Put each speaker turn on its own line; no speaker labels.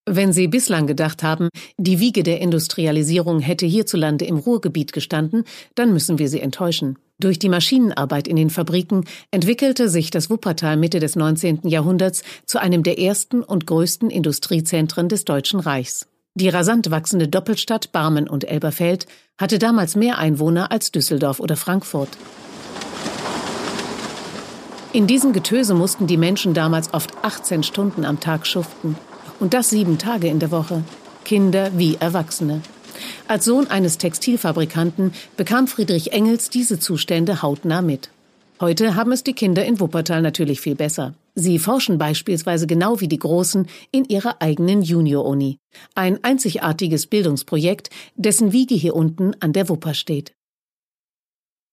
Wenn Sie bislang gedacht haben, die Wiege der Industrialisierung hätte hierzulande im Ruhrgebiet gestanden, dann müssen wir Sie enttäuschen. Durch die Maschinenarbeit in den Fabriken entwickelte sich das Wuppertal Mitte des 19. Jahrhunderts zu einem der ersten und größten Industriezentren des Deutschen Reichs. Die rasant wachsende Doppelstadt Barmen und Elberfeld hatte damals mehr Einwohner als Düsseldorf oder Frankfurt. In diesem Getöse mussten die Menschen damals oft 18 Stunden am Tag schuften. Und das 7 Tage in der Woche. Kinder wie Erwachsene. Als Sohn eines Textilfabrikanten bekam Friedrich Engels diese Zustände hautnah mit. Heute haben es die Kinder in Wuppertal natürlich viel besser. Sie forschen beispielsweise genau wie die Großen in ihrer eigenen Junior-Uni. Ein einzigartiges Bildungsprojekt, dessen Wiege hier unten an der Wupper steht.